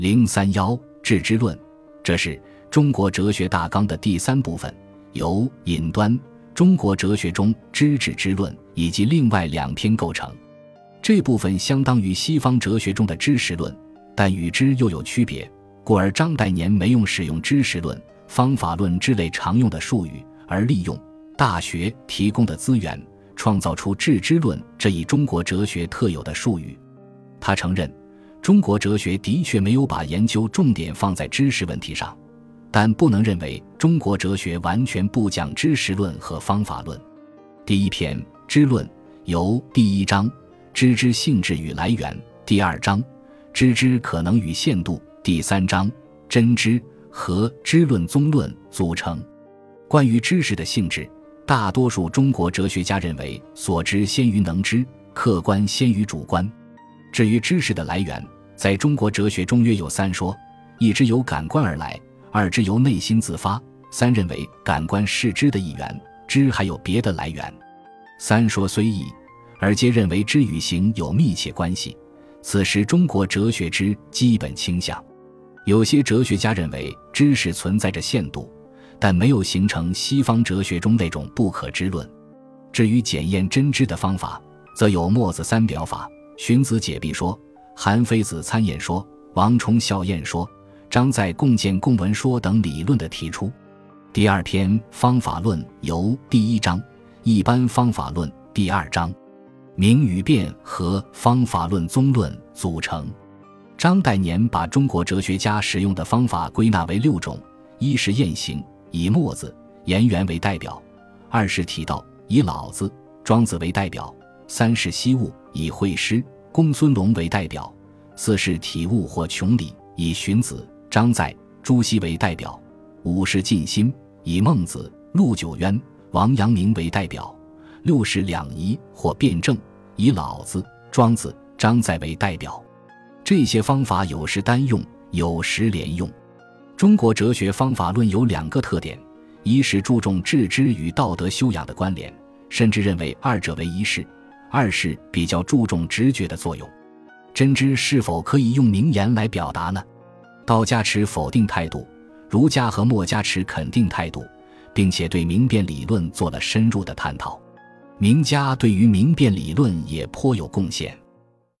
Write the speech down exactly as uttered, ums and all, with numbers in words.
零三一致知论，这是中国哲学大纲的第三部分，由引端、中国哲学中知止之论以及另外两篇构成。这部分相当于西方哲学中的知识论，但与之又有区别，故而张岱年没用使用知识论、方法论之类常用的术语，而利用大学提供的资源，创造出致知论这一中国哲学特有的术语。他承认中国哲学的确没有把研究重点放在知识问题上，但不能认为中国哲学完全不讲知识论和方法论。第一篇知论由第一章知之性质与来源，第二章知之可能与限度，第三章真知和知论综论组成。关于知识的性质，大多数中国哲学家认为所知先于能知，客观先于主观。至于知识的来源，在中国哲学中约有三说：一之由感官而来，二之由内心自发，三认为感官是知的一源，知还有别的来源。三说虽异，而皆认为知与行有密切关系，此时中国哲学之基本倾向。有些哲学家认为知识存在着限度，但没有形成西方哲学中那种不可知论。至于检验真知的方法，则有墨子三表法、荀子解蔽说、韩非子参验说、王充校验说、张载共见共闻说等理论的提出。第二篇方法论由第一章一般方法论，第二章名与辩和方法论综论组成。张岱年把中国哲学家使用的方法归纳为六种：一是验行，以墨子、颜渊为代表；二是体道，以老子、庄子为代表；三是惜物，以惠施、公孙龙为代表；四是体悟或穷理，以荀子、张载、朱熹为代表；五是尽心，以孟子、陆九渊、王阳明为代表；六是两仪或辩证，以老子、庄子、张载为代表。这些方法有时单用，有时连用。中国哲学方法论有两个特点：一是注重致知与道德修养的关联，甚至认为二者为一事；二是比较注重直觉的作用。真知是否可以用名言来表达呢？道家持否定态度，儒家和墨家持肯定态度，并且对明辨理论做了深入的探讨。名家对于明辨理论也颇有贡献。